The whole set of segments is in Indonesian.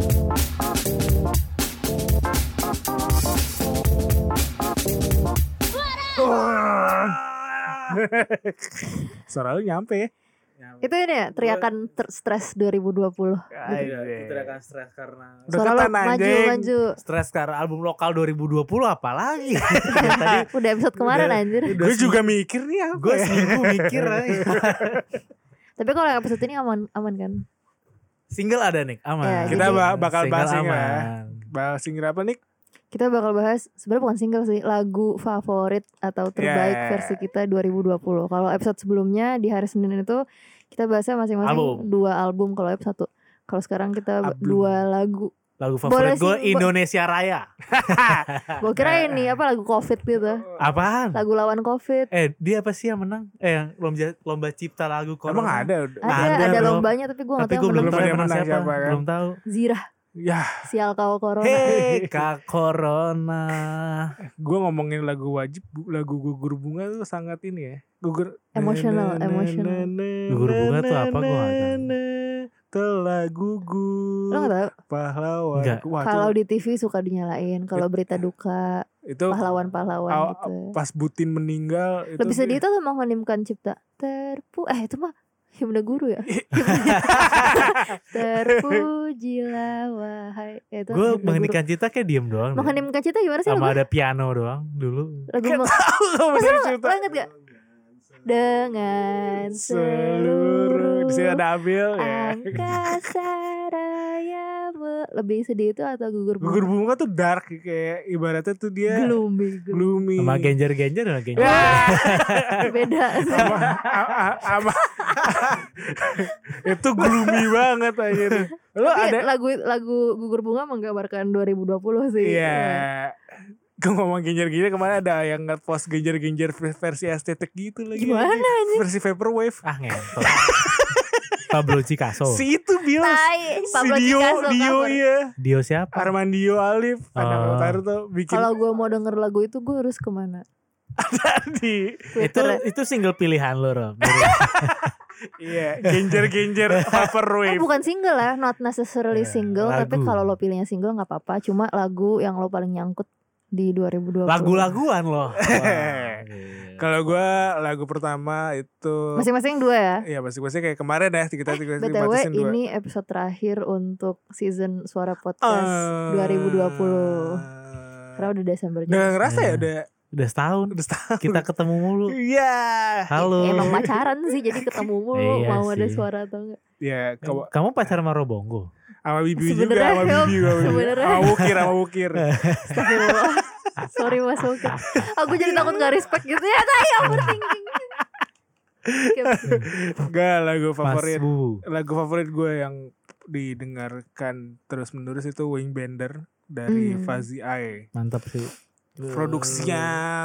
Suara lu nyampe ya. Itu ini ya teriakan stres 2020. Iya, itu teriakan stres karena Suara lo maju. Stres karena album lokal 2020 apalagi. Tadi udah episode kemarin anjir. Gue juga mikir nih apa. Gue seminggu mikir aja. Tapi kalau yang episode ini aman kan? Single ada nih, aman. Ya, kita bakal Single bahas single ya. aman. Bahas single apa nih? Kita bakal bahas sebenarnya bukan single sih, lagu favorit atau terbaik versi kita 2020. Kalau episode sebelumnya di hari Senin itu kita bahasnya masing-masing 2 album kalau episode 1. Kalau sekarang kita 2 lagu. Lagu favorit gue Indonesia Raya. Gue kira ini apa lagu Covid gitu. Apaan? Lagu lawan Covid. Dia apa sih yang menang? Yang lomba cipta lagu Corona. Emang ada? Ada lombanya tapi gue nggak tahu belum tahu yang menang siapa. Kan? Belum tahu. Zirah. Ya. Sial kau Corona. Hei Kak Corona. Gue ngomongin lagu wajib, lagu Gugur Bunga tuh sangat ini ya. Gugur emosional. Gugur Bunga tuh apa gue gak tahu. Telah gugur. Lo gak tahu? Pahlawan. Kalau di TV suka dinyalain. Kalau berita duka itu pahlawan-pahlawan gitu. Pas Butin meninggal itu lebih sedih itu menghemkan cipta itu mah himne guru ya. Terpujilah wahai. Gue mengheningkan cita kayak diem doang. Mengheningkan cita gimana sih? Sama ada piano doang dulu. Masa lo inget gak? Dengan seluruh di sini ada Abil ya. Angkasa raya lebih sedih itu atau Gugur Bunga? Gugur Bunga tuh dark kayak ibaratnya tuh dia gloomy. Sama genjer-genjer sama genjer. Beda. Sama itu gloomy banget aja. Lo ada lagu Gugur Bunga menggambarkan 2020 sih. Iya. Gue ngomong genjer-genjer kemarin ada yang nge-post genjer-genjer versi estetik gitu lagi. Gimana aja? Versi Vaporwave. Ngentot. Pablo Picasso. Si itu Bill. Pablo Picasso. Dio iya. Dio siapa? Armandio Alif. Anak Utara tuh bikin. Kalau gue mau denger lagu itu gue harus kemana? Tadi. Itu single pilihan lo Rom. Iya, genjer-genjer Vaporwave. Bukan single ya, not necessarily single. Lagu. Tapi kalau lo pilihnya single gak apa-apa. Cuma lagu yang lo paling nyangkut di 2020. Lagu-laguan loh. Kalau gue lagu pertama itu masing-masing 2 ya. Iya masing-masing kayak kemarin ya kita BTW ini episode terakhir untuk season Suara Podcast 2020. Karena udah Desember. Udah ngerasa ya udah setahun. Kita ketemu mulu. Iya. Halo. Emang pacaran sih jadi ketemu mulu. Iya mau sih. ada suara atau enggak. Iya. Kamu pacar sama Robongo? Sama Bibi juga. Sama Wukir. Astagfirullah. Sorry Mas Wukir. Aku jadi takut gak respect gitu ya. Tadi overthinking. Gak lagu favorit gue yang didengarkan terus menerus itu Wing Bender dari Fuzzy Eye. Mantap sih. Produksinya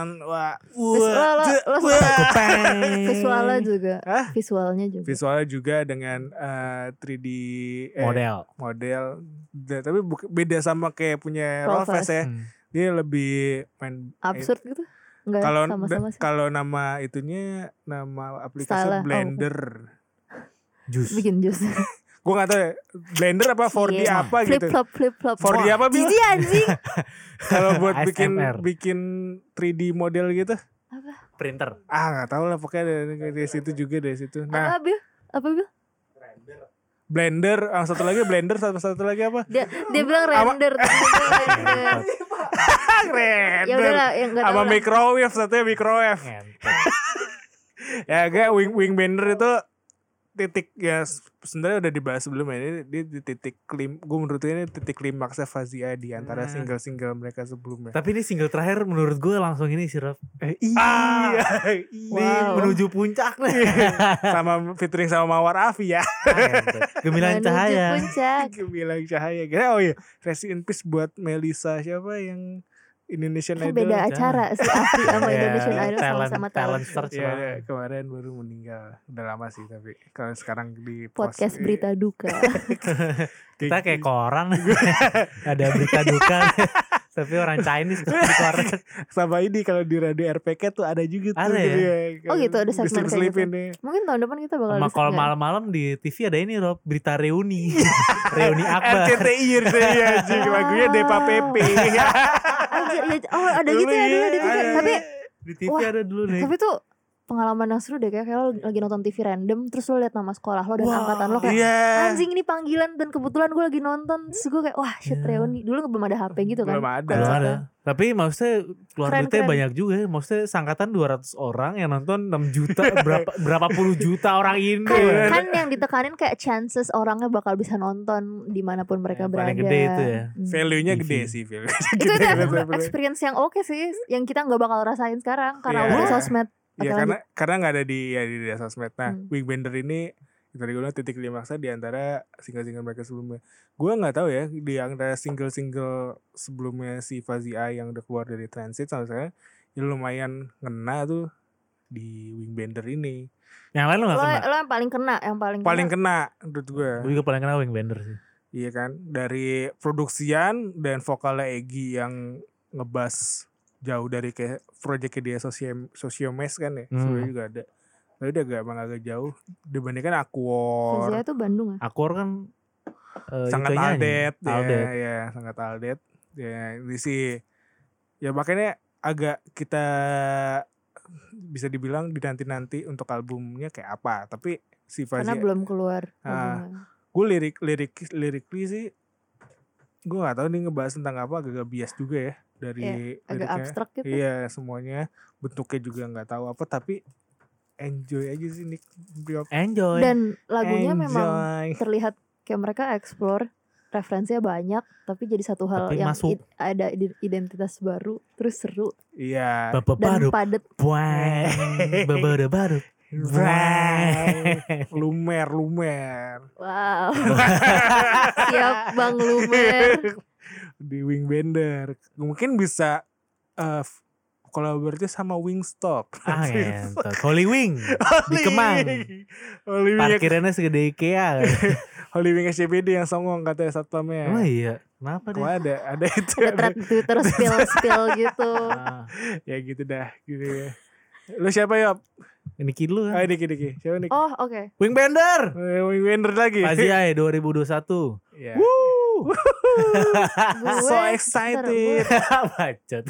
visualnya juga dengan 3D model tapi beda sama kayak punya Rolfes ya. Dia lebih main absurd gitu. Kalau nama aplikasi Blender. Bikin jus. Gue gak tau ya Blender apa 4D apa gitu. Flip flop 4D apa Bil? Jijik anjing. Kalau buat bikin 3D model gitu apa? Printer. Gak tau lah pokoknya dari situ juga dari situ. Nah Apa Bil? Blender. Satu lagi Blender. Satu lagi apa? Dia bilang render. Render. Ya udahlah yang enggak tahu. Sama microwave. Satunya microwave. Ya gak Wing Bender itu titik ya sebenarnya udah dibahas sebelumnya ini di titik gue menurut gue ini titik klimaksnya Fuzzy Eye di antara single mereka sebelumnya. Tapi ini single terakhir menurut gue langsung ini sih Rob. Iya. Menuju puncak nih. Sama featuring sama Mawar Afi ya. Gemilang Cahaya. Gemilang Cahaya. Oh iya, rest in peace buat Melisa siapa yang Indonesian Idol. Beda acara si Afi sama Indonesian Idol sama-sama talent search. Iya, kemarin baru meninggal. Udah lama sih tapi kalau sekarang di podcast berita duka. Kita kayak koran. Ada berita duka. Tapi orang Chinese dikeluarkan. Sama ini kalau di radio RPK tuh ada juga tuh. Ada ya? Oh gitu, ada segmen kayak gitu. Nih. Mungkin tahun depan kita bakal Sama kalau malam-malam di TV ada ini Rob, berita reuni. Reuni Akbar. RCTI anjing, lagunya Depa Pepe. Oh ada gitu ya dulu di TV. Tapi di TV ada dulu nih. Tapi tuh pengalaman yang seru deh, kayak lo lagi nonton TV random terus lo liat nama sekolah lo dan angkatan lo kayak anjing ini panggilan, dan kebetulan gue lagi nonton terus gue kayak wah shit reuni. Dulu belum ada HP gitu kan. Belum ada. Tapi maksudnya keluar duitnya banyak juga ya. Maksudnya sangkatan 200 orang yang nonton 6 juta berapa puluh juta orang Indo. Kan yang ditekanin kayak chances orangnya bakal bisa nonton dimanapun mereka berada. Paling gede itu ya. Value-nya gede sih. Itu experience yang oke sih, yang kita gak bakal rasain sekarang karena udah sosmed. Iya karena nggak ada di sosmed. Nah, Wingbender ini tadi gue bilang titik klimaksnya di antara single-single mereka sebelumnya. Gue nggak tahu ya di antara single-single sebelumnya si Fuzzy Eye yang udah keluar dari Transit sama saya, ya lumayan ngena tuh di Wingbender ini. Yang lain lo nggak kena? Lo yang paling kena menurut gue. Gue juga paling kena Wingbender sih. Iya kan, dari produksian dan vokalnya Egy yang ngebas jauh dari kayak projectnya dia Sociomes kan ya, sebenarnya juga ada. Tapi udah agak jauh dibandingkan Aquor. Fuzzy itu Bandung ya. Aquor kan sangat aldet. Ya, sangat aldet. Ya, ini sih ya makanya agak kita bisa dibilang dinanti-nanti untuk albumnya kayak apa. Tapi si Fuzzy karena belum keluar. Gue lirikly sih gue nggak tahu nih ngebahas tentang apa, agak bias juga ya. Dari agak abstrak gitu. Iya, semuanya bentuknya juga nggak tahu apa, tapi enjoy aja sih Nick. Enjoy. Dan lagunya memang terlihat kayak mereka explore, referensinya banyak, tapi jadi satu hal tapi yang ada identitas baru, terus seru. Iya. Dan padet. Baru. Lumer. Wow. Siap Bang Lumer. Di Wingbender mungkin bisa kolaborasi sama Wingstop. Holy Wing di Kemang. Parkirannya segede IKEA. Holy Wing SCBD yang songong katanya satpamnya. Oh iya, kenapa deh? Ada itu. Ada thread Twitter spill gitu. Ya gitu dah, gitu ya. Lu siapa ya? Ini kid lu kan? Diki. Siapa Nik? Oh oke. Wingbender. Wingbender lagi. Fuzzy Eye 2021. Yeah. Woo. So excited. Bacot.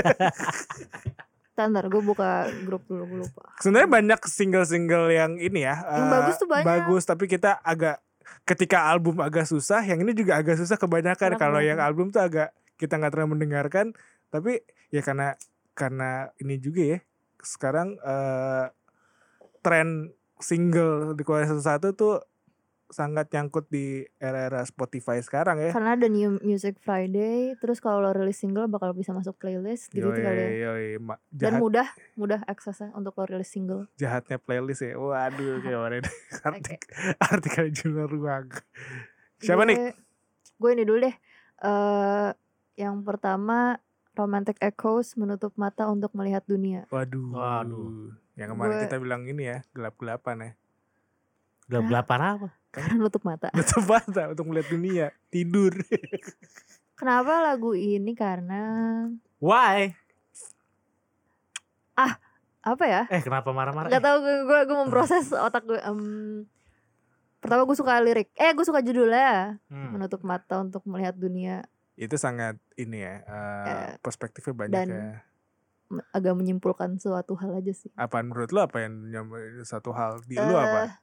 Ntar gue buka grup dulu, gue lupa. Sebenarnya banyak single-single yang ini ya. Yang bagus tuh banyak. Bagus, tapi kita agak ketika album agak susah, yang ini juga agak susah kebanyakan. Kalau yang album tuh agak kita nggak terlalu mendengarkan, tapi ya karena ini juga ya. Sekarang tren single di Korea satu tuh sangat nyangkut di era-era Spotify sekarang ya. Karena ada New Music Friday, terus kalau lo rilis single bakal bisa masuk playlist gitu kali ya. Dan mudah aksesnya untuk lo rilis single. Jahatnya playlist ya. Waduh kemarin artikel jurnal ruang. Siapa nih? Gue ini dulu deh. Yang pertama Romantic Echoes, Menutup Mata Untuk Melihat Dunia. Waduh. Yang kemarin kita bilang ini ya, gelap-gelapan ya. Gelap-gelapan apa? Karena nutup mata. Nutup mata untuk melihat dunia, tidur. Kenapa lagu ini? Karena why? Apa ya? Kenapa marah-marah? Gak tau, gue memproses otak gue. Pertama gue suka lirik. Gue suka judulnya. Menutup Mata Untuk Melihat Dunia. Itu sangat ini ya, perspektifnya banyak dan ya. Agak menyimpulkan suatu hal aja sih. Apa menurut lo, apa yang satu hal di lo apa?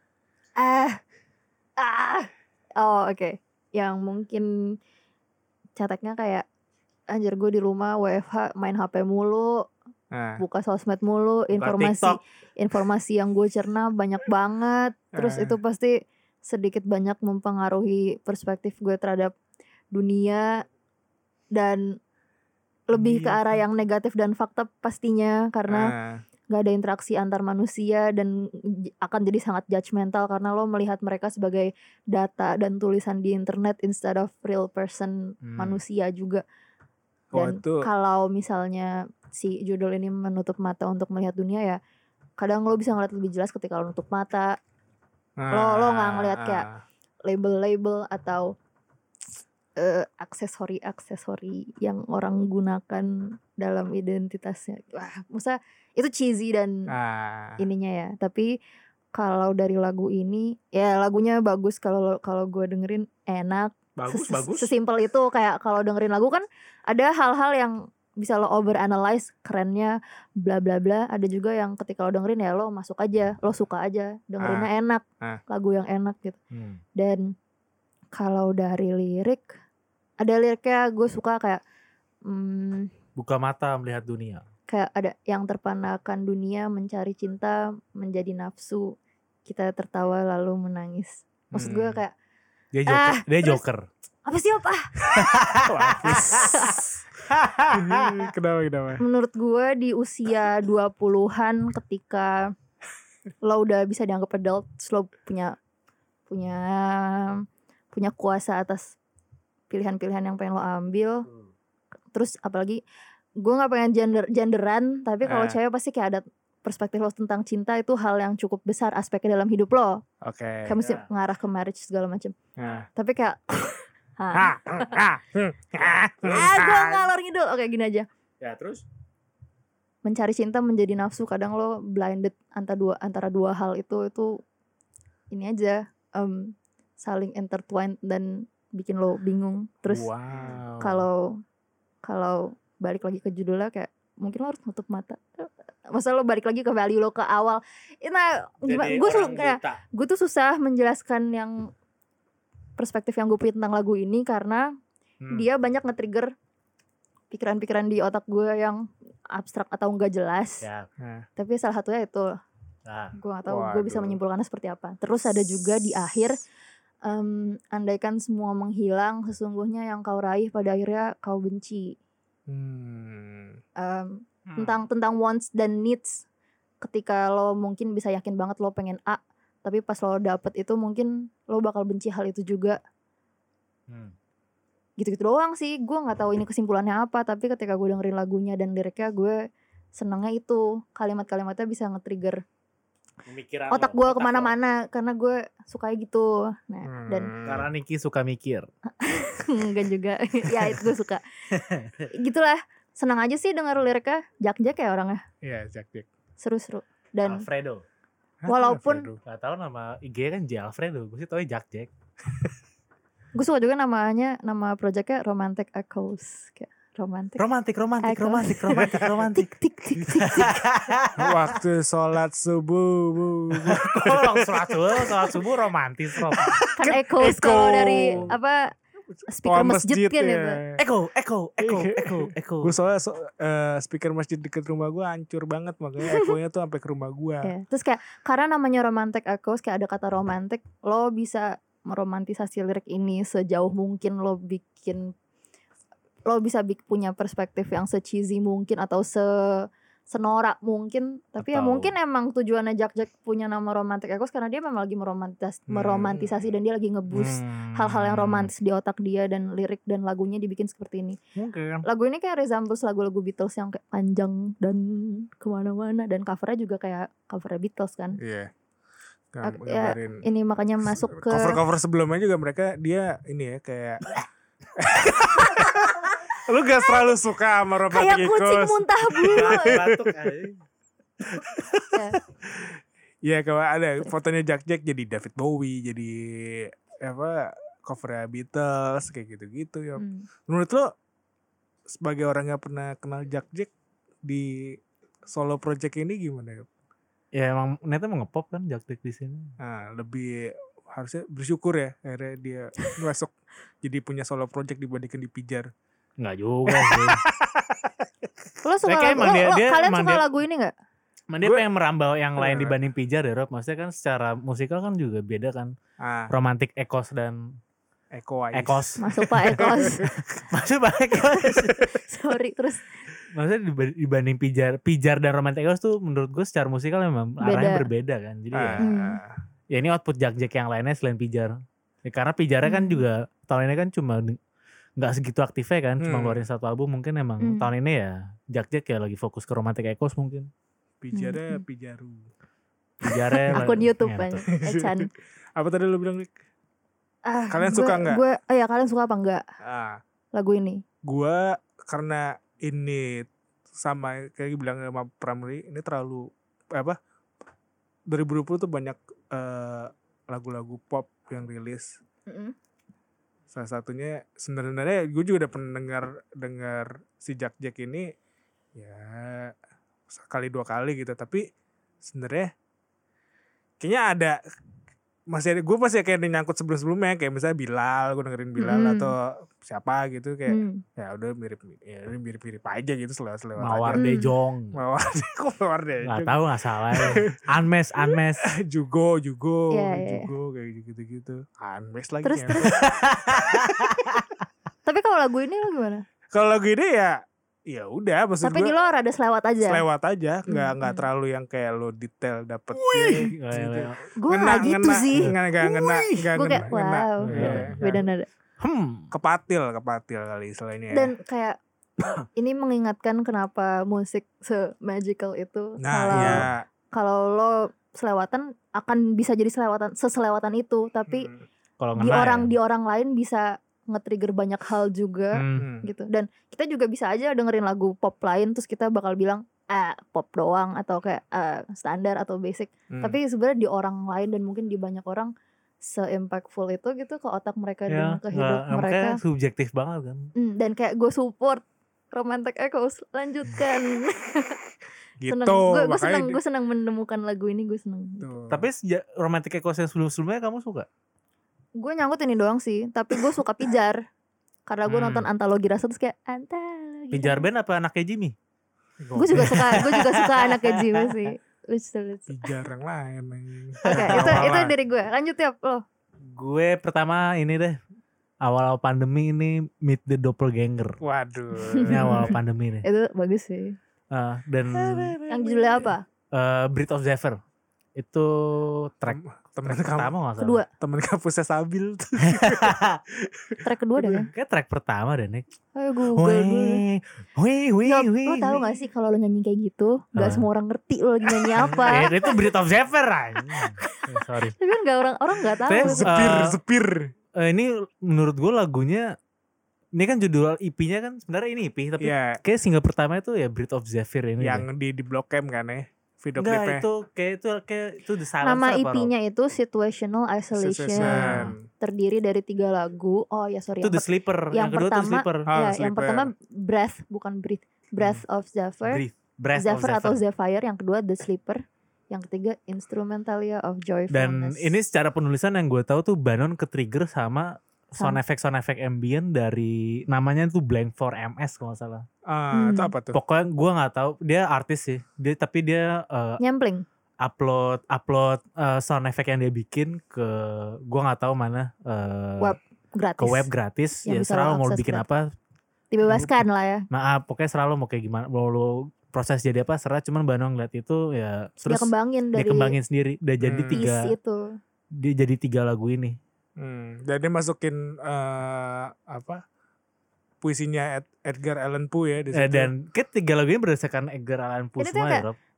Oke. Yang mungkin cateknya kayak anjir gue di rumah WFH main HP mulu, buka sosmed mulu, informasi yang gue cerna banyak banget. Terus itu pasti sedikit banyak mempengaruhi perspektif gue terhadap dunia dan lebih ke arah yang negatif dan fakta pastinya, karena gak ada interaksi antar manusia dan akan jadi sangat judgmental karena lo melihat mereka sebagai data dan tulisan di internet instead of real person, manusia juga. Dan kalau misalnya si judul ini Menutup Mata Untuk Melihat Dunia, ya kadang lo bisa ngeliat lebih jelas ketika lo nutup mata. Lo gak ngeliat kayak label-label atau aksesori yang orang gunakan dalam identitasnya. Wah, maksudnya itu cheesy dan ininya ya. Tapi kalau dari lagu ini, ya lagunya bagus, kalau gue dengerin enak. Bagus. Sesimpel itu, kayak kalau dengerin lagu kan ada hal-hal yang bisa lo overanalyze kerennya bla bla bla. Ada juga yang ketika lo dengerin ya lo masuk aja, lo suka aja, dengerinnya enak, lagu yang enak gitu. Dan kalau dari lirik, ada liriknya gue suka kayak buka mata melihat dunia. Kayak ada yang terpanakan dunia mencari cinta menjadi nafsu, kita tertawa lalu menangis. Maksud gue kayak dia joker. Apa sih apa? Kenapa? Menurut gue di usia 20-an ketika lo udah bisa dianggap adult, lo punya kuasa atas pilihan-pilihan yang pengen lo ambil. Terus apalagi gue nggak pengen genderan, tapi kalau cewek pasti kayak ada perspektif lo tentang cinta, itu hal yang cukup besar aspeknya dalam hidup lo. Kayak mesti ngarah ke marriage segala macam. Tapi kayak gue ngalor ngidul. Oke, gini aja. Ya, terus mencari cinta menjadi nafsu, kadang lo blinded antara dua hal itu ini aja, saling intertwined dan bikin lo bingung. Terus kalau balik lagi ke judulnya, kayak mungkin lo harus nutup mata. Masa lo balik lagi ke value lo ke awal. Nah, gimana? Gue tuh susah menjelaskan yang perspektif yang gue punya tentang lagu ini, karena dia banyak nge-trigger pikiran-pikiran di otak gue yang abstrak atau enggak jelas. Tapi salah satunya itu. Gue gak tahu gue bisa menyimpulkannya seperti apa. Terus ada juga di akhir, andaikan semua menghilang, sesungguhnya yang kau raih pada akhirnya kau benci. Tentang wants dan needs. Ketika lo mungkin bisa yakin banget lo pengen A, tapi pas lo dapet itu mungkin lo bakal benci hal itu juga. Gitu-gitu doang sih. Gue gak tahu ini kesimpulannya apa, tapi ketika gue dengerin lagunya dan liriknya, gue senengnya itu kalimat-kalimatnya bisa nge-trigger pemikiran otak gue kemana-mana, karena gue suka gitu. Nah, dan karena Niki suka mikir. Enggak juga. Ya itu gue suka. Gitulah. Senang aja sih denger liriknya. Jack ya orangnya. Iya, Jack. Seru-seru. Dan Alfredo. Walaupun gak tahu nama IG kan J Alfredo. Gue sih tau Jack. Gue suka juga nama projectnya Romantic Echoes. Kayak romantic. Tik. Waktu sholat subuh. Kok sholat subuh romantis, Rob? Kan echoes kalau dari apa speaker masjid kan ya. itu. Echo. Gue soalnya speaker masjid deket rumah gue hancur banget, makanya echonya tuh sampai ke rumah gue. Terus kayak karena namanya Romantic Echoes, kayak ada kata romantic, lo bisa meromantisasi lirik ini sejauh mungkin. Lo bisa punya perspektif yang se-cheesy mungkin atau senorak mungkin. Tapi ya mungkin emang tujuannya Jack punya nama Romantic Echoes karena dia memang lagi meromantisasi dan dia lagi nge-boost hal-hal yang romantis di otak dia, dan lirik dan lagunya dibikin seperti ini. Mungkin. Lagu ini kayak resembles lagu-lagu Beatles yang kayak panjang dan kemana-mana, dan covernya juga kayak covernya Beatles kan. Iya. Ya, ini makanya masuk ke cover sebelumnya juga dia ini ya kayak lu gak terlalu suka sama Romantic Echoes. Kayak kucing muntah bulu. Batuk aja. Ya kalau ada fotonya Jack jadi David Bowie, jadi covernya Beatles kayak gitu-gitu ya. Menurut lo sebagai orang yang pernah kenal Jack di solo project ini gimana ya? Ya emang ternyata mau ngepop kan Jack di sini. Lebih harusnya bersyukur ya akhirnya dia masuk jadi punya solo project dibandingkan di Pijar. Enggak juga sih. Lo suka kalian suka lagu ini gak? Dia pengen merambah yang lain dibanding Pijar ya Rob. Maksudnya kan secara musikal kan juga beda kan. Romantic Echoes dan Echoes. Masuk Pak Echoes. Sorry, terus maksudnya dibanding Pijar dan Romantic Echoes tuh menurut gue secara musikal memang arahnya berbeda kan. Jadi ya ini output Jack yang lainnya selain Pijar. Ya, karena Pijarnya kan juga tahun ini kan cuma nggak segitu aktifnya kan, cuma ngeluarin satu album. Mungkin emang tahun ini ya Jack ya lagi fokus ke Romantic Echoes mungkin. Pijarnya akun YouTube banyak. Apa tadi lu bilang, Rick? Kalian suka nggak? Kalian suka apa enggak lagu ini? Gue karena ini sama kayak bilang sama Pramli, ini terlalu 2020 tuh banyak lagu-lagu pop yang rilis. Salah satunya sebenarnya gue juga udah pernah dengar si Jack ini ya sekali 2 kali gitu, tapi sebenarnya kayaknya ada gue masih kayak nyangkut sebelumnya kayak misalnya Bilal, gue dengerin Bilal atau siapa gitu kayak ya udah mirip aja gitu selewat Mawar aja. Dejong. Mawar Dejong. Nggak tahu nggak salah ya. Unmesh. Jugo yeah. kayak gitu. Unmesh lagi. Terus. Tapi kalau lagu ini lo gimana? Kalau lagu ini ya udah maksud tapi di lo rada selewat aja, nggak terlalu yang kayak lo detail dapet gitu. Gue nggak gitu sih, nggak gue kayak wow beda nada, kepatil kali istilahnya. Dan kayak ini mengingatkan kenapa musik se-magical itu. Kalau lo selewatan akan bisa jadi seselewatan itu, tapi di orang lain bisa nge-trigger banyak hal juga gitu. Dan kita juga bisa aja dengerin lagu pop lain terus kita bakal bilang pop doang atau kayak standar atau basic. Tapi sebenarnya di orang lain dan mungkin di banyak orang se-impactful itu gitu ke otak mereka dan ke hidup mereka. Subjektif banget kan. Dan kayak gue support Romantic Echoes, lanjutkan. Gitu. Gue senang menemukan lagu ini, gue senang. Tapi Romantic Echoes yang sebelumnya kamu suka? Gue nyangkut ini doang sih, tapi gue suka Pijar karena gue nonton Antologi Rasa terus kayak Antologi. Pijar band apa anaknya Jimmy? Gue juga suka anaknya Jimmy sih. Lucu. Pijar yang lain. Itu dari gue. Lanjut ya lo. Gue pertama ini deh, awal pandemi ini Meet the Doppelganger. Waduh. Ini awal pandemi nih. Itu bagus sih. Dan yang judulnya apa? Breath of Zephyr. Itu track temen pertama kedua. Temen kampusnya Sabil tuh. Track kedua deh kan? Kayak track pertama deh Nick. Ayo Google dulu. Lo tau gak sih kalau lo nyanyi kayak gitu gak semua orang ngerti lo lagi nyanyi apa. Itu Breath of Zephyr sorry. Tapi kan gak orang gak tahu. Zephyr. Ini menurut gue lagunya, ini kan judul EP-nya kan sebenarnya ini EP, tapi kayak single pertama itu ya Breath of Zephyr ini. Yang di Block M kan ya. Video klipnya. Kayak itu The Silence. Nama EP-nya itu Situational Isolation. Terdiri dari 3 lagu. Oh ya sorry. Itu The Sleeper. Yang kedua itu Sleeper. Yang pertama Breath, bukan Breathe. Breath of Zephyr. Zephyr atau Zephyr. Yang kedua The Sleeper. Yang ketiga Instrumentalia of Joyfulness. Dan ini secara penulisan yang gue tahu tuh Bannon ke-trigger sama sound effect ambient dari namanya tuh Blank 4 MS kalau nggak salah. Itu apa tuh? Pokoknya gue nggak tahu, dia artis sih. Tapi dia nyampling. Upload sound effect yang dia bikin ke gue nggak tahu mana web gratis. Ke web gratis. Ya selalu mau bikin apa dibebaskan lah ya. Nah pokoknya selalu mau kayak gimana, mau lo proses jadi apa serah, cuman Bannon ngeliat itu ya terus dia kembangin sendiri. Udah jadi 3 itu. Dia jadi 3 lagu ini. Dan dia masukin puisinya Edgar Allan Poe ya di situ. Dan kayak 3 lagu ini berdasarkan Edgar Allan Poe semua ya Rob.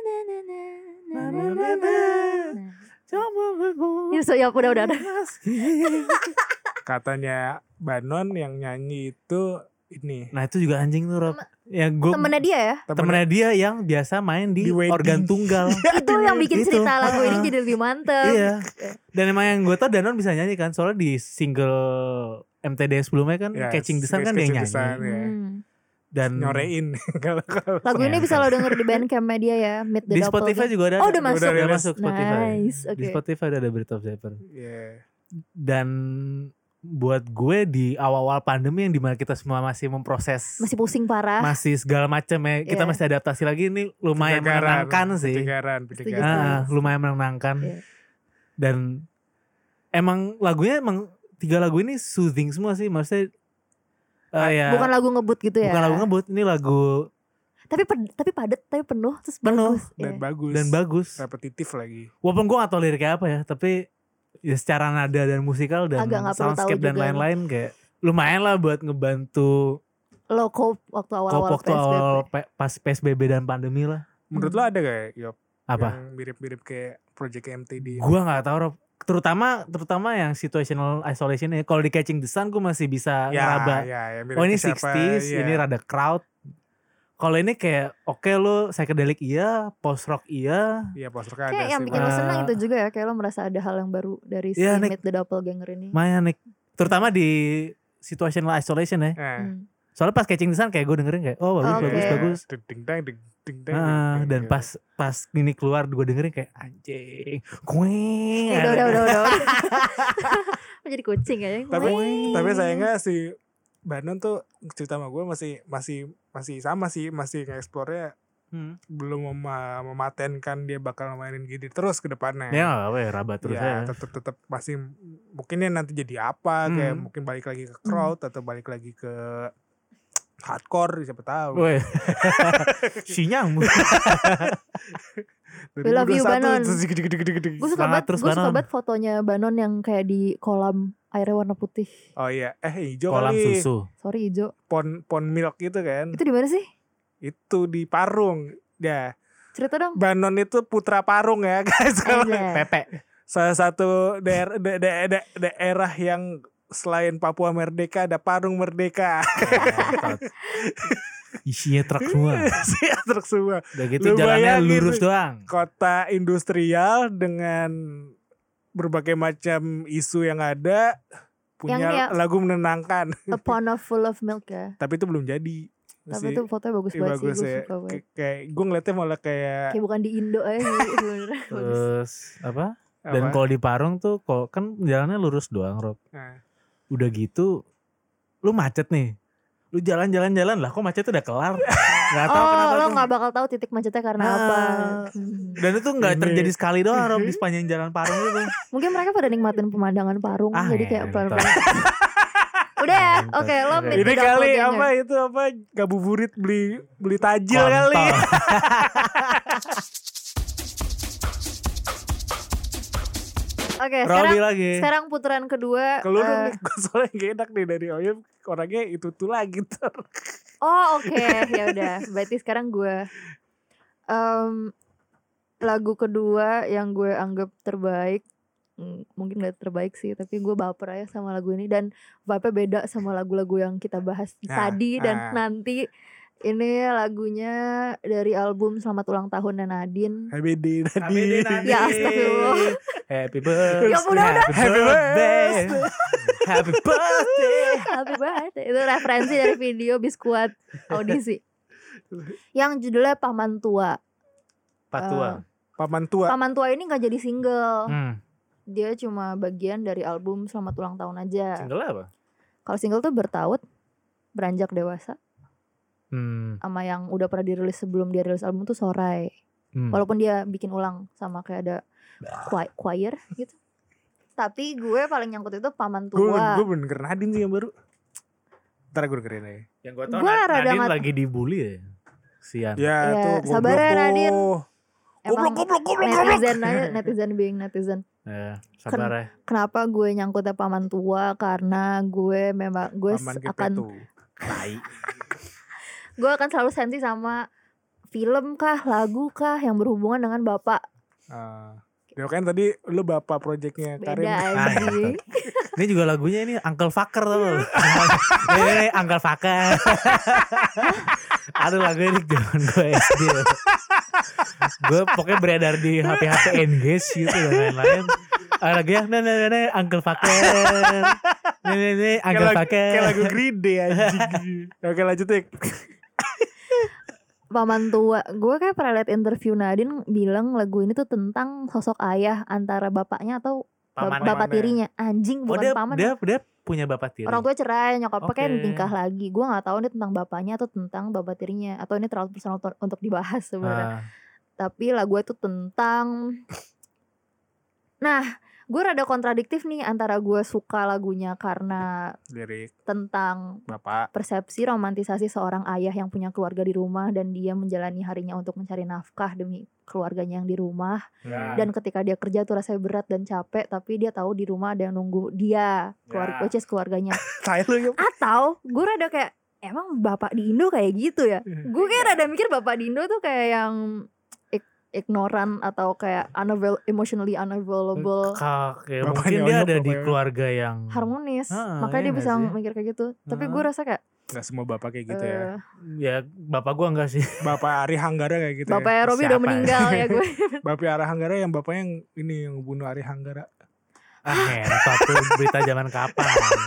Ya udah. Katanya Bannon yang nyanyi itu ini. Nah itu juga anjing tuh Rob. Temennya dia ya? Temennya dia yang biasa main di organ tunggal. Itu yang bikin cerita lagu ini jadi lebih mantep. Iya. Dan emang yang gue tau Danon bisa nyanyi kan. Soalnya di single MTD sebelumnya kan Catching the Sun kan dia nyanyi. Dan nyorein. Lagu ini bisa lo denger di Bandcamp dia ya. Meet the di Spotify juga ada. Oh udah masuk. Udah masuk Spotify. Nice, okay. Di Spotify ada Breath of Zephyr. Dan buat gue di awal-awal pandemi yang dimana kita semua masih memproses, masih pusing parah, masih segala macam ya, kita masih adaptasi lagi, ini lumayan menenangkan sih. Lumayan menenangkan. Dan emang lagunya emang 3 lagu ini soothing semua sih, maksudnya bukan lagu ngebut gitu ya. Bukan lagu ngebut, ini lagu tapi padat, tapi penuh, terus bagus dan bagus, repetitif lagi. Walaupun gue gak tau liriknya apa ya, tapi ya secara nada dan musikal dan soundscape dan lain-lain kayak lumayan lah buat ngebantu lo cope waktu awal pas PSBB dan pandemi lah. Menurut lo ada gak Yop? Apa? Yang mirip-mirip kayak Project MTD. Gua gak tahu Rob. terutama yang situational isolation ya. Kalau di Catching the Sun gue masih bisa ngeraba. Oh ini 60s, ini rada crowd. Kalau ini kayak oke lo psychedelic iya, post rock iya. Iya post rock ada kayak sih. yang bikin lo senang itu juga ya, kayak lo merasa ada hal yang baru dari si Meet the Doppelganger ini. Nik. Terutama di situational isolation ya. Soalnya pas Catching the Sun kayak gue dengerin kayak bagus. Dan pas ini keluar gue dengerin kayak anjing. Udah. Menjadi kucing aja. Tapi sayangnya si Banon tuh cerita sama gue masih sama sih, masih nge-explore-nya belum mematenkan dia bakal mainin gini terus ke depannya. Ya rabat terus ya. Tetap masih mungkin nanti jadi apa, kayak mungkin balik lagi ke crowd atau balik lagi ke hardcore, siapa tahu. Sinyang. We love you Banon. Gue suka banget fotonya Banon yang kayak di kolam airnya warna putih. Oh iya, hijau kolam kali. Susu. Sorry hijau. Pon milk gitu kan. Itu di mana sih? Itu di Parung. Ya. Cerita dong. Banon itu putra Parung ya guys. Pepe. Salah satu daerah yang selain Papua Merdeka ada Parung Merdeka. Isinya truk semua. Udah gitu jalannya lurus doang. Kota industrial dengan berbagai macam isu yang ada, punya lagu menenangkan. A pond full of milk ya. Tapi itu belum jadi. Tapi itu fotonya bagus banget sih, gue suka banget. Kayak gue ngeliatnya malah kayak bukan di Indo aja sih. Terus apa? Dan kalau di Parung tuh kan jalannya lurus doang, Rob. Udah gitu lu macet nih. Lu jalan lah, kok macet udah kelar. Gak tahu kenapa. Lo gak bakal tahu titik macetnya karena apa. Dan itu gak terjadi sekali doang, Rob, di sepanjang jalan Parung itu. Mungkin mereka pada nikmatin pemandangan Parung, jadi kayak pelan-pelan. Udah ya, oke, lo ini kali ngabuburit beli tajil kali. Oke, sekarang putaran kedua. Keluar nih, soalnya gak enak nih dari Oyem, orangnya itu lagi ter. Oh oke, ya udah. Berarti sekarang gue lagu kedua yang gue anggap terbaik, mungkin gak terbaik sih, tapi gue baper aja sama lagu ini dan vibe-nya beda sama lagu-lagu yang kita bahas tadi dan nanti. Ini lagunya dari album Selamat Ulang Tahun Nadine. Happy Day Nadine. Ya astagfirullah. Happy birthday. Ya udah. Happy birthday. Happy birthday. Itu referensi dari video Biskuat audisi. Yang judulnya Paman Tua. Paman Tua ini gak jadi single. Dia cuma bagian dari album Selamat Ulang Tahun aja. Single apa? Kalau single tuh Bertaut, Beranjak Dewasa. Sama yang udah pernah dirilis sebelum dia rilis album tuh Sorai. Walaupun dia bikin ulang sama kayak ada choir gitu. Tapi gue paling nyangkut itu Paman Tua. Gue bener Nadine sih yang baru. Ntar gue dengerin aja. Yang gue tau Nadine lagi dibully ya. Sian. Ya tuh sabar ya Nadine. Goblok. Netizen being netizen. Sabar ya. Kenapa gue nyangkutnya Paman Tua? Karena gue gue akan selalu sensi sama film kah, lagu kah yang berhubungan dengan bapak. Ya kan tadi lu bapak projectnya Karin. Beda Ini juga lagunya ini Uncle Fucker tau. Ini Uncle Fucker. Aduh lagu ini zaman gue SD. Gue pokoknya beredar di HP-HP Engage gitu dan lain-lain. Lagunya Uncle Fucker. Ini Uncle Fucker. Kayak lagu Green Day anjing. Oke lanjut Tik. Paman Tua, gue kayak pernah liat interview Nadine bilang lagu ini tuh tentang sosok ayah antara bapaknya atau bapak tirinya. Anjing bukan paman. Dia punya bapak tiri. Orang tua cerai, nyokapnya kan nikah lagi. Gue nggak tahu ini tentang bapaknya atau tentang bapak tirinya atau ini terlalu personal untuk dibahas sebenarnya. Tapi lagu itu tentang gue rada kontradiktif nih antara gue suka lagunya karena lirik tentang bapak, persepsi romantisasi seorang ayah yang punya keluarga di rumah dan dia menjalani harinya untuk mencari nafkah demi keluarganya yang di rumah. Dan ketika dia kerja tuh rasanya berat dan capek, tapi dia tahu di rumah ada yang nunggu dia, keluarganya. Atau gue rada kayak emang bapak di Indo kayak gitu ya. Gue kayak rada mikir bapak di Indo tuh kayak yang ignoran atau kayak emotionally unavailable. Kayak mungkin dia ada di keluarga yang harmonis, makanya dia bisa mikir kayak gitu. Tapi gue rasa kayak nggak semua bapak kayak gitu ya. Ya bapak gue enggak sih. Bapak Ari Hanggara kayak gitu. Bapak Robi udah meninggal ya gue. Bapak Ari Hanggara yang bapaknya yang bunuh Ari Hanggara. Entah tuh berita zaman kapan.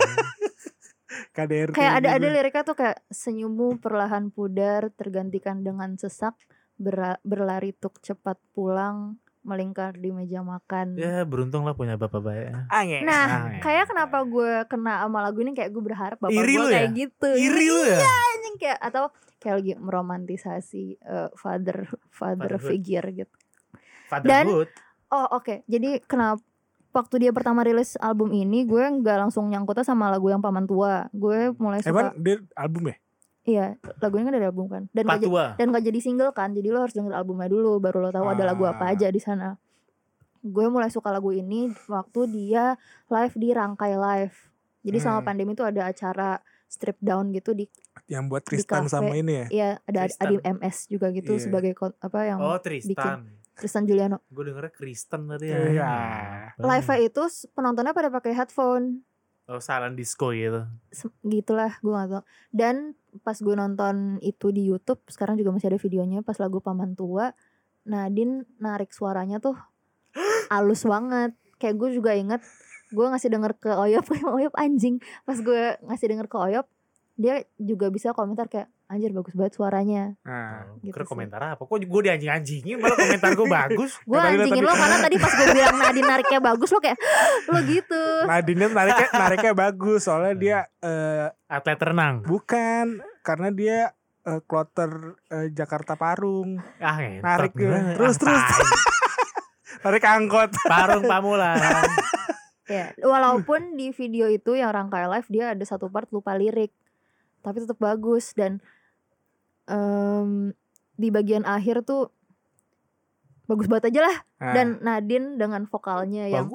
KDRT. Kayak ada liriknya tuh kayak senyummu perlahan pudar tergantikan dengan sesak, berlari tuk cepat pulang, melingkar di meja makan. Ya beruntung lah punya bapak baik. Nah, kayak kenapa gue kena sama lagu ini, kayak gue berharap bapak gue kayak gitu. Iri lu ya? Iya anjing, kayak atau kayak lagi meromantisasi father figure gitu. Fatherhood. Oke. Jadi kenapa waktu dia pertama rilis album ini gue nggak langsung nyangkutnya sama lagu yang Paman Tua. Gue mulai suka. Emang dia album ya? Iya, lagunya kan dari album kan. Dan gak jadi single kan. Jadi lo harus denger albumnya dulu baru lo tahu ada lagu apa aja di sana. Gue mulai suka lagu ini waktu dia live di Rangkai Live. Jadi sama pandemi itu ada acara strip down gitu di yang buat Tristan sama ini ya. Iya, ada Adi MS juga gitu sebagai yang Tristan. Tristan Juliano. Gue dengernya Kristen tadi ya. Iya. Live-nya itu penontonnya pada pakai headphone. Silent disco gitu. Gitulah, gue gak tau. Dan pas gue nonton itu di YouTube, sekarang juga masih ada videonya pas lagu Paman Tua, Nadine narik suaranya tuh halus banget. Kayak gue juga inget, gue ngasih denger ke Oyop anjing. Pas gue ngasih denger ke Oyop, dia juga bisa komentar kayak, anjir bagus banget suaranya. Gitu kira komentar apa? Kok gue dianjing-anjingin malah komentar gue bagus. Gue anjingin lo karena tadi pas gue bilang Nadine nariknya bagus, lo kayak lo gitu. Nadine nariknya bagus soalnya dia atlet renang. Bukan, karena dia kloter Jakarta Parung. Narik terus tarik angkot. Parung Pamulan. Ya, walaupun di video itu yang Rangkai Live dia ada satu part lupa lirik, tapi tetap bagus. Dan di bagian akhir tuh bagus banget aja lah. Dan Nadine dengan vokalnya yang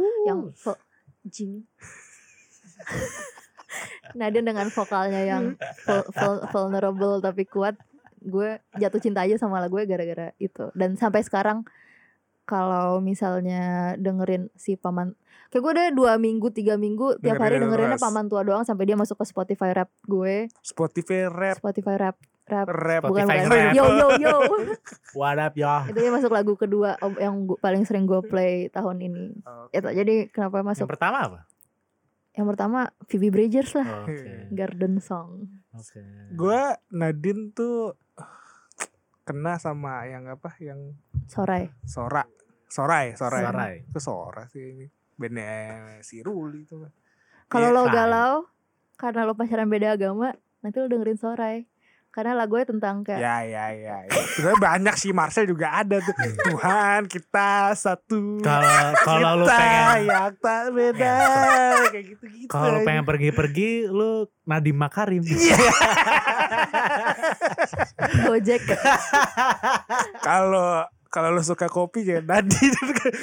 Nadine dengan vokalnya yang vulnerable tapi kuat. Gue jatuh cinta aja sama lagu gue gara-gara itu. Dan sampai sekarang kalau misalnya dengerin si Paman, kayak gue udah 2 minggu 3 minggu tiap hari dengerinnya Paman Tua doang sampai dia masuk ke Spotify Rap gue. Spotify Rap. Bukan. Yo. What up ya? Itu dia masuk lagu kedua yang paling sering gue play tahun ini. Itu jadi kenapa masuk? Yang pertama apa? Yang pertama Phoebe Bridgers lah. Garden Song. Gue Nadine tuh kena sama yang apa? Yang Sorai. Itu Sora sih ini. Bandnya si Ruli itu. Kalau lo galau karena lo pacaran beda agama, nanti lo dengerin Sorai. Karena lagunya tentang kayak Ya. Sebenarnya banyak sih, Marcel juga ada tuh. Tuhan kita satu. Kalau lu pengen yang tak beda kayak gitu-gitu. Kalau pengen pergi-pergi lu Nadiem Makarim. Gojek. Kalau lu suka kopi ya Nadiem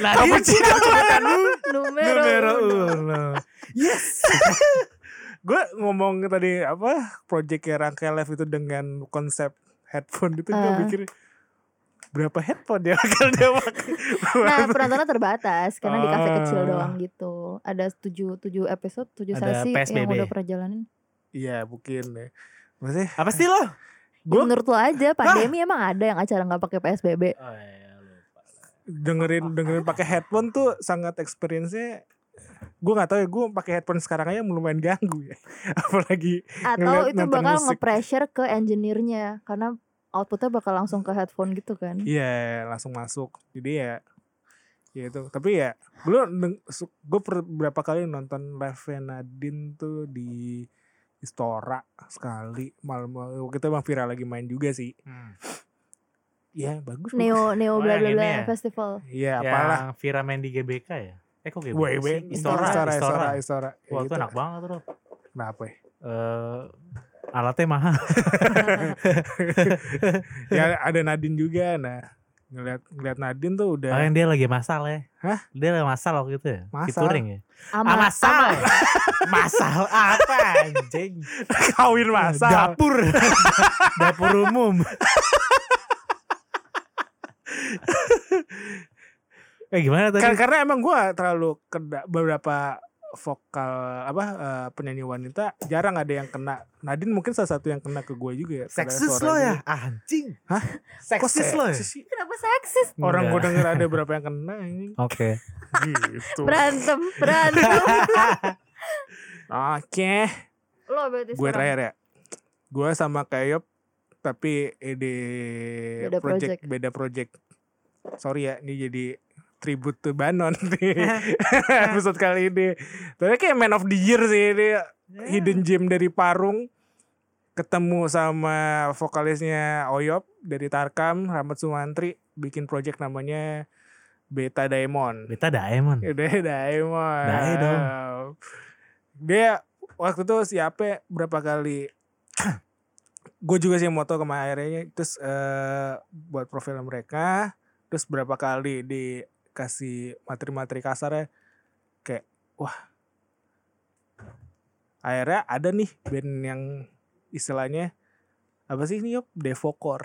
numero uno. Yes. Gue ngomong tadi apa project Rangkai Live itu dengan konsep headphone itu gue pikir berapa headphone dia pakai. Nah penontonnya terbatas karena di kafe kecil doang gitu. Ada 7 episode 7 sesi yang udah pernah jalanin. Iya mungkin ya. Maksudnya apa sih lo? Menurut lo aja pandemi emang ada yang acara gak pakai PSBB. Dengerin pakai headphone tuh sangat experience-nya. Gue gak tahu ya, gue pakai headphone sekarang aja lumayan ganggu ya. Apalagi atau itu bakal nge-pressure ke engineer-nya karena outputnya bakal langsung ke headphone gitu kan. Iya langsung masuk. Jadi ya itu. Tapi ya gue beberapa kali nonton live Nadine tuh di Istora sekali. Malam kita bang viral lagi main juga sih. Ya bagus. Neo bla bla bla festival. Iya apalah. Yang Vira main di GBK ya. Kok GBK sih? Istora. Wah itu enak banget tuh. Kenapa ya? Alatnya mahal. Ya ada Nadine juga. Nah ngeliat Nadine tuh udah. Yang dia lagi masal ya. Hah? Dia lagi masal waktu itu ya. Masal ya. Masal. Masal apa anjing? Kawin masal. Dapur umum. Gimana tadi? Karena emang gue terlalu kena beberapa vokal penyanyi wanita jarang ada yang kena. Nadine mungkin salah satu yang kena ke gue juga ya. Seksis lo ya, anjing. Hah? Seksis lo ya. Kenapa seksis? Orang gue denger ada berapa yang kena ini. Oke. Gitu. Berantem. Oke. Lo berarti Gue terakhir ya. Gue sama kayak Yop tapi beda project. Sorry ya, ini jadi tribute to Banon nih episode kali ini. Tapi kayak Man of the Year sih ini. Hidden gem dari Parung ketemu sama vokalisnya Oyop dari Tarkam, Rahmat Sumantri bikin project namanya Beta Daemon. Beta Daemon. Daemon. Dae dong. Dia waktu itu siapa berapa kali gue juga sih moto kemarin akhirnya terus buat profil mereka, terus berapa kali dikasih materi-materi kasarnya kayak wah akhirnya ada nih band yang istilahnya apa sih ini Yop? Devokor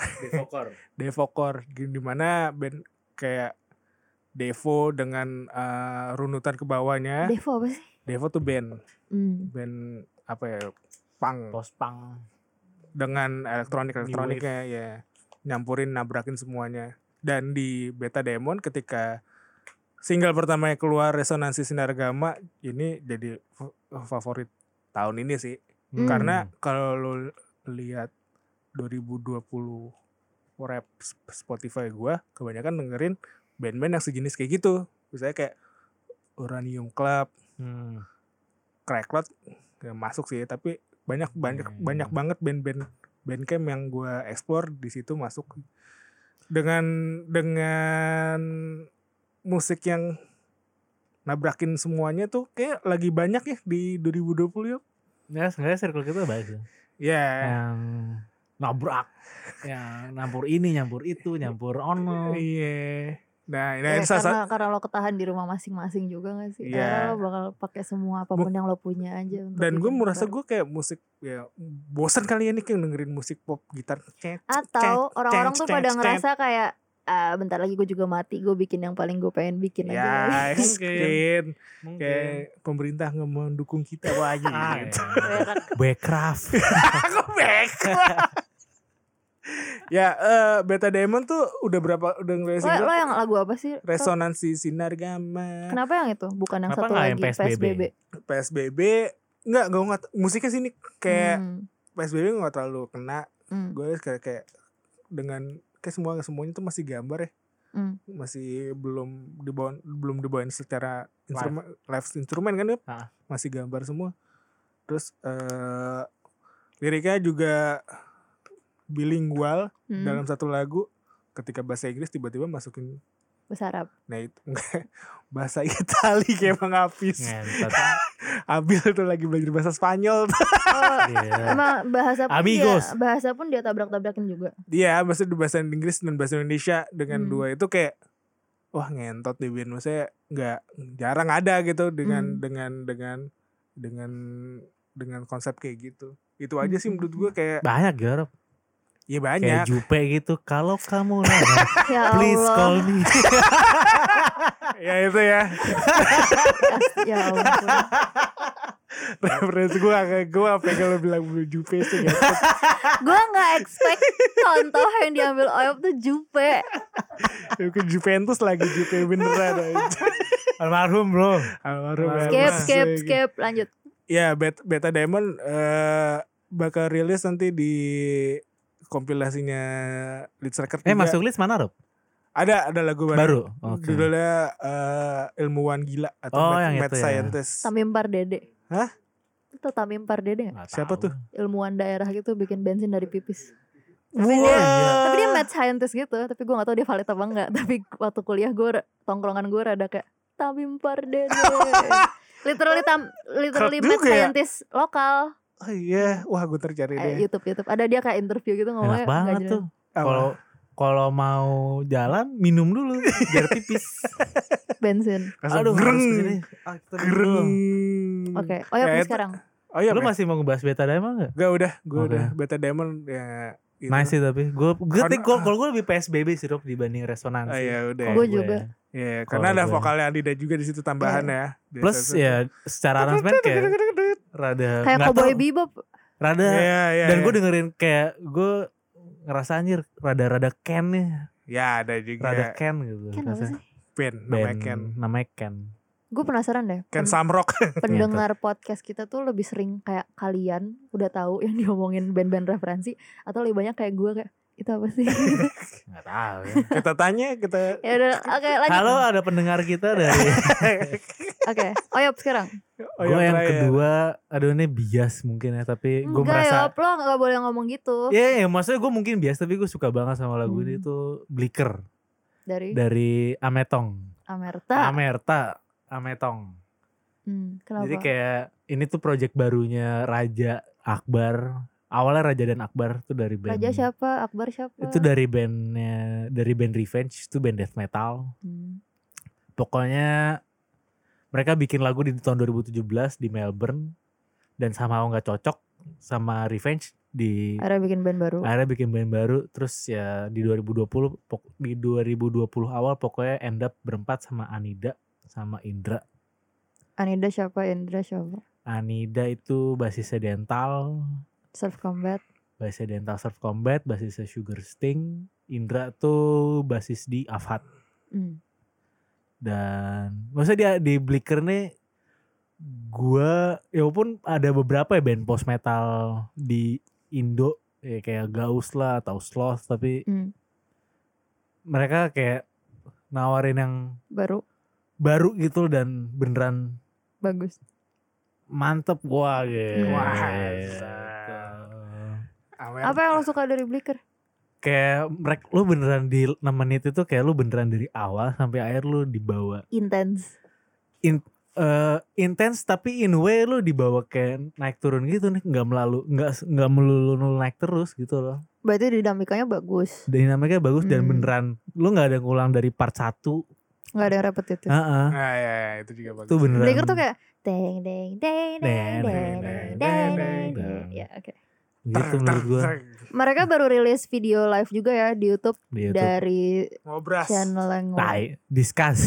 dimana band kayak Devo dengan runutan ke bawahnya. Devo apa sih? Devo tuh band apa ya, punk, post punk dengan elektroniknya ya, nyampurin nabrakin semuanya. Dan di Beta Daemon ketika single pertamanya keluar Resonansi Sinargama, ini jadi favorit tahun ini sih. Karena kalau lo lihat 2020 rap Spotify gue kebanyakan dengerin band-band yang sejenis kayak gitu. Misalnya kayak Uranium Club, Cracklet ya masuk sih, tapi banyak banget band camp yang gue explore di situ masuk dengan musik yang nabrakin semuanya tuh kayak lagi banyak ya di 2020 yuk. Ya sebenarnya circle kita baik sih. Ya. Yang nabrak, yang nyampur ini, nyampur itu, nyampur ono. Iya. Nah, karena lo ketahan di rumah masing-masing juga gak sih? Iya. Lo bakal pakai semua apapun yang lo punya aja. Dan gue merasa gue kayak musik ya bosan kali ya nih kayak dengerin musik pop gitar. Atau orang-orang tuh pada ngerasa kayak bentar lagi gue juga mati, gue bikin yang paling gue pengen bikin aja. Ya mungkin. Kayak pemerintah nggak mau dukung kita lagi gitu. Backcraft. Kok backcraft? Ya Beta Daemon tuh udah ngeliat single. Lo yang lagu apa sih? Resonansi Sinargama. Kenapa yang itu? Bukan yang kenapa satu lagi PSBB? Enggak musiknya sini kayak PSBB gak terlalu kena. Gue kayak dengan kayak semuanya tuh masih gambar ya. Masih belum dibawain secara live instrumen kan ya. Masih gambar semua. Terus liriknya juga bilingual dalam satu lagu. Ketika bahasa Inggris tiba-tiba masukin bahasa Arab. Nah itu bahasa Itali kayak Bang Apis. Abil tuh lagi belajar bahasa Spanyol. Emang bahasa pun bahasa pun dia tabrak-tabrakin juga. Iya, bahasa Inggris dan bahasa Indonesia dengan dua itu kayak wah ngentot di band. Maksudnya nggak jarang ada gitu dengan konsep kayak gitu. Itu aja sih menurut gue kayak banyak Garap. Iya banyak. Kayak Jupe gitu. Kalau kamu please call me. Ya itu ya. Ya ampun. Referensi gue apa yang kalau bilang Jupe sih gak. Gue gak expect contoh yang diambil Oyop tuh Jupe. Mungkin Juventus lagi Jupe beneran. Almarhum bro. Skip lanjut. Ya Beta Daemon bakal rilis nanti di kompilasinya Leeds Record 3. Masuk list mana Rob? Ada lagu baru. Okay. Judulnya Ilmuwan Gila atau Mad Scientist. Tamim Pardede. Hah? Itu Tamim Pardede gak? Siapa tuh? Ilmuwan daerah gitu bikin bensin dari pipis. Tapi dia mad scientist gitu. Tapi gue gak tahu dia valid apa enggak. Tapi waktu kuliah tongkrongan gue rada kayak Tamim Pardede. Literally mad scientist lokal. Oh iya, wah gue tercari deh. YouTube. Ada dia kayak interview gitu ngomongnya. Enak banget tuh. Kalau mau jalan minum dulu biar pipis. Bensin. Aduh, gereng. Oke, sekarang. Lu masih mau ngebahas Beta Daemon gak? Gak udah, gue udah Beta Daemon ya gitu. Nice sih tapi gue kalau gue lebih PSBB sih Rob dibanding Resonansi. Iya udah. Gue juga. Iya, karena ada vokalnya Adida juga di situ tambahan ya. Plus ya secara aransemen kayak rada kayak Cowboy Bebop. Rada dan gue dengerin kayak gue ngerasa anjir rada Ken nih. Ya ada juga. Rada Ken gitu. Ken apa sih? Namanya Ken. Gue penasaran deh. Ken Samrock. Pendengar podcast kita tuh lebih sering kayak kalian udah tahu yang diomongin band-band referensi atau lebih banyak kayak gue kayak itu apa sih? Nggak tahu ya. Kita tanya kita. Ya udah, oke lanjut. Halo, ada pendengar kita dari. Oke, Oyop sekarang. Gue yang kedua, aduh ini bias mungkin ya, tapi gue merasa. Enggak, lo nggak boleh ngomong gitu. Iya, maksudnya gue mungkin bias, tapi gue suka banget sama lagu ini tuh Blicker. Dari Ametong. Ametong. Kenapa? Jadi kayak ini tuh project barunya Raja Akbar. Awalnya Raja dan Akbar tuh dari band. Raja siapa? Akbar siapa? Itu dari band Revenge, itu band death metal. Pokoknya mereka bikin lagu di tahun 2017 di Melbourne dan sama nggak cocok sama Revenge akhirnya bikin band baru. Terus ya di 2020 awal pokoknya end up berempat sama Anida sama Indra. Anida siapa? Indra siapa? Anida itu basisnya Dental Surf Combat, basisnya Sugar Sting. Indra tuh basis di Afhat. Dan maksudnya dia di Blicker nih gue ya walaupun ada beberapa ya band post metal di Indo ya kayak Gauss lah atau Sloth, tapi mereka kayak nawarin yang baru gitu dan beneran bagus, mantep gua gitu. Apa yang lo suka dari Blicker? Kayak mereka lu beneran di 6 menit itu kayak lu beneran dari awal sampai akhir lu dibawa intens tapi in way lu dibawa kayak naik turun gitu nih, nggak melulu naik terus gitu loh. Berarti dinamikanya bagus. Dan beneran lu nggak ada ngulang dari part 1. Nggak ada yang repetitif. Ya, itu juga bagus. Itu beneran. Blicker tuh kayak deng deng deng deng deng deng deng. Ya oke. Gitu menurut gue. Mereka baru rilis video live juga ya di YouTube. Dari Ngobras. channel yang Discuss.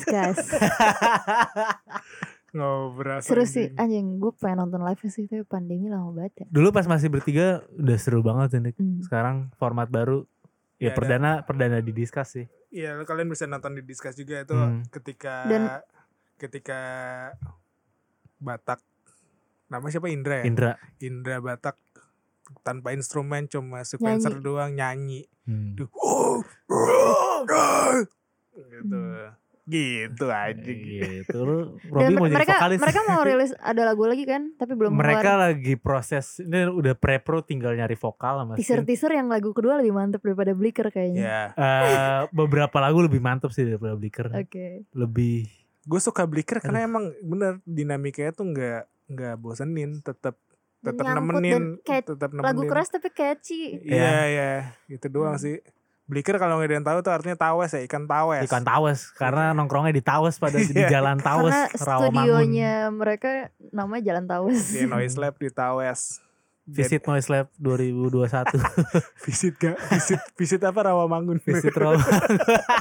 Ngobras. Seru sih anjing, gue pengen nonton live sih tapi pandemi lama banget ya. Dulu pas masih bertiga udah seru banget ini. Sekarang format baru ya perdana di Discuss sih. Iya, kalian bisa nonton di Discuss juga itu ketika Batak, nama siapa? Indra ya? Indra Batak tanpa instrumen, cuma sequencer doang nyanyi. Gitu aja gitu. Dan mereka mau rilis ada lagu lagi kan, tapi belum keluar. Mereka lagi proses, ini udah pre-pro tinggal nyari vokal sama teaser yang lagu kedua lebih mantep daripada Blicker kayaknya. Beberapa lagu lebih mantep sih daripada Blicker. Lebih. Gue suka Blicker karena emang bener dinamikanya tuh nggak bosenin, tetap nemenin, lagu keras tapi catchy. Iya, gitu doang sih. Blicker kalau nggak ada yang tahu tuh artinya tawes ya, ikan tawes karena nongkrongnya di Tawes pada di Jalan Tawes, Rawamangun. Studionya mereka namanya Jalan Tawes. Di Noise Lab di Tawes. Visit Noise Lab 2021. Visit apa Rawamangun? Visit Rawamangun.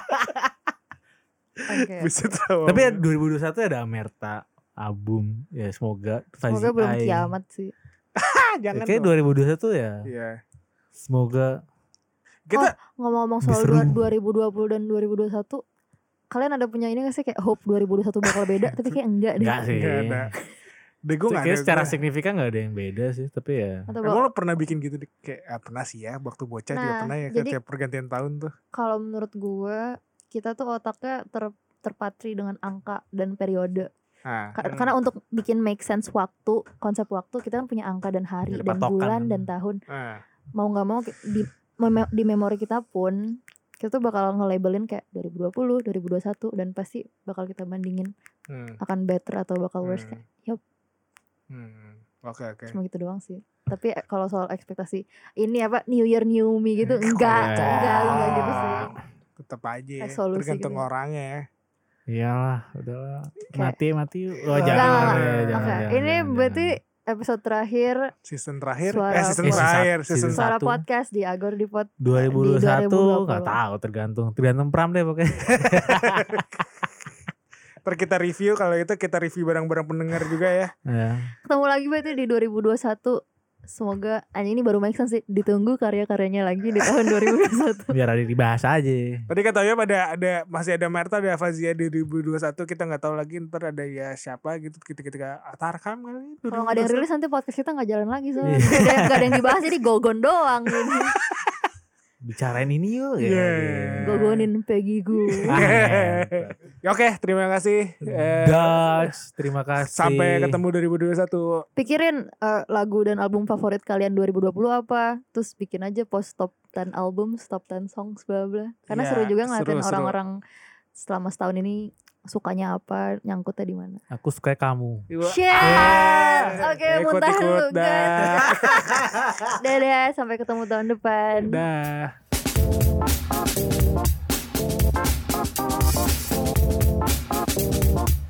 Visit Rawamangun. Tapi ya 2021 ada Amerta album ya, semoga belum kiamat sih. Jangan. Kayak 2021 ya. Iya. Semoga. Kita ngomong-ngomong soal 2020 dan 2021, kalian ada punya ini gak sih kayak hope 2021 bakal beda? Tapi kayak enggak deh. Enggak sih. Kayak secara signifikan gak ada yang beda sih, tapi ya. Emang lo pernah bikin gitu kayak pernah sih ya, waktu bocah juga pernah ya, kayak pergantian tahun tuh. Kalau menurut gue, kita tuh otaknya terpatri dengan angka dan periode. Karena untuk bikin make sense konsep waktu, kita kan punya angka dan hari dan bulan dan tahun. Mau gak mau di memori kita pun kita tuh bakal nge-labelin kayak 2020, 2021 dan pasti bakal kita bandingin akan better atau bakal worse kayak yup. Oke. Cuma gitu doang sih. Tapi kalau soal ekspektasi ini apa New Year New Me gitu enggak gitu sih. Tetap aja ya, tergantung gitu orangnya ya. Iyalah, udahlah. Mati. Jangan. Ini berarti episode terakhir. Season terakhir. Suara Season Suara 1. podcast di Agor di Pod 2021 nggak tahu, tergantung Pram deh pokoknya. Ntar kita review, kalau itu kita review barang-barang pendengar juga ya. Ketemu lagi berarti di 2021. Semoga ini baru make sense sih. Ditunggu karya-karyanya lagi di tahun 2021. Biar ada dibahas aja. Tadi kata Oyam ada masih ada Marta, ada Fazia di 2021. Kita nggak tahu lagi ntar ada ya siapa gitu. Kita Tarkam kali. Kalau nggak ada yang rilis nanti podcast kita nggak jalan lagi soalnya. Nggak ada yang dibahas, jadi gogon doang gitu. Bicarain ini yuk. Gogonin Peggy gue. Oke, terima kasih. Guys, terima kasih. Sampai ketemu 2021. Pikirin lagu dan album favorit kalian 2020 apa. Terus bikin aja post top 10 album, top 10 songs, bla bla. Karena seru juga ngeliatin orang-orang selama setahun ini sukanya apa, nyangkutnya di mana. Aku suka kamu. Share. Oke, muntah dulu dah. Dadah, sampai ketemu tahun depan. Dah.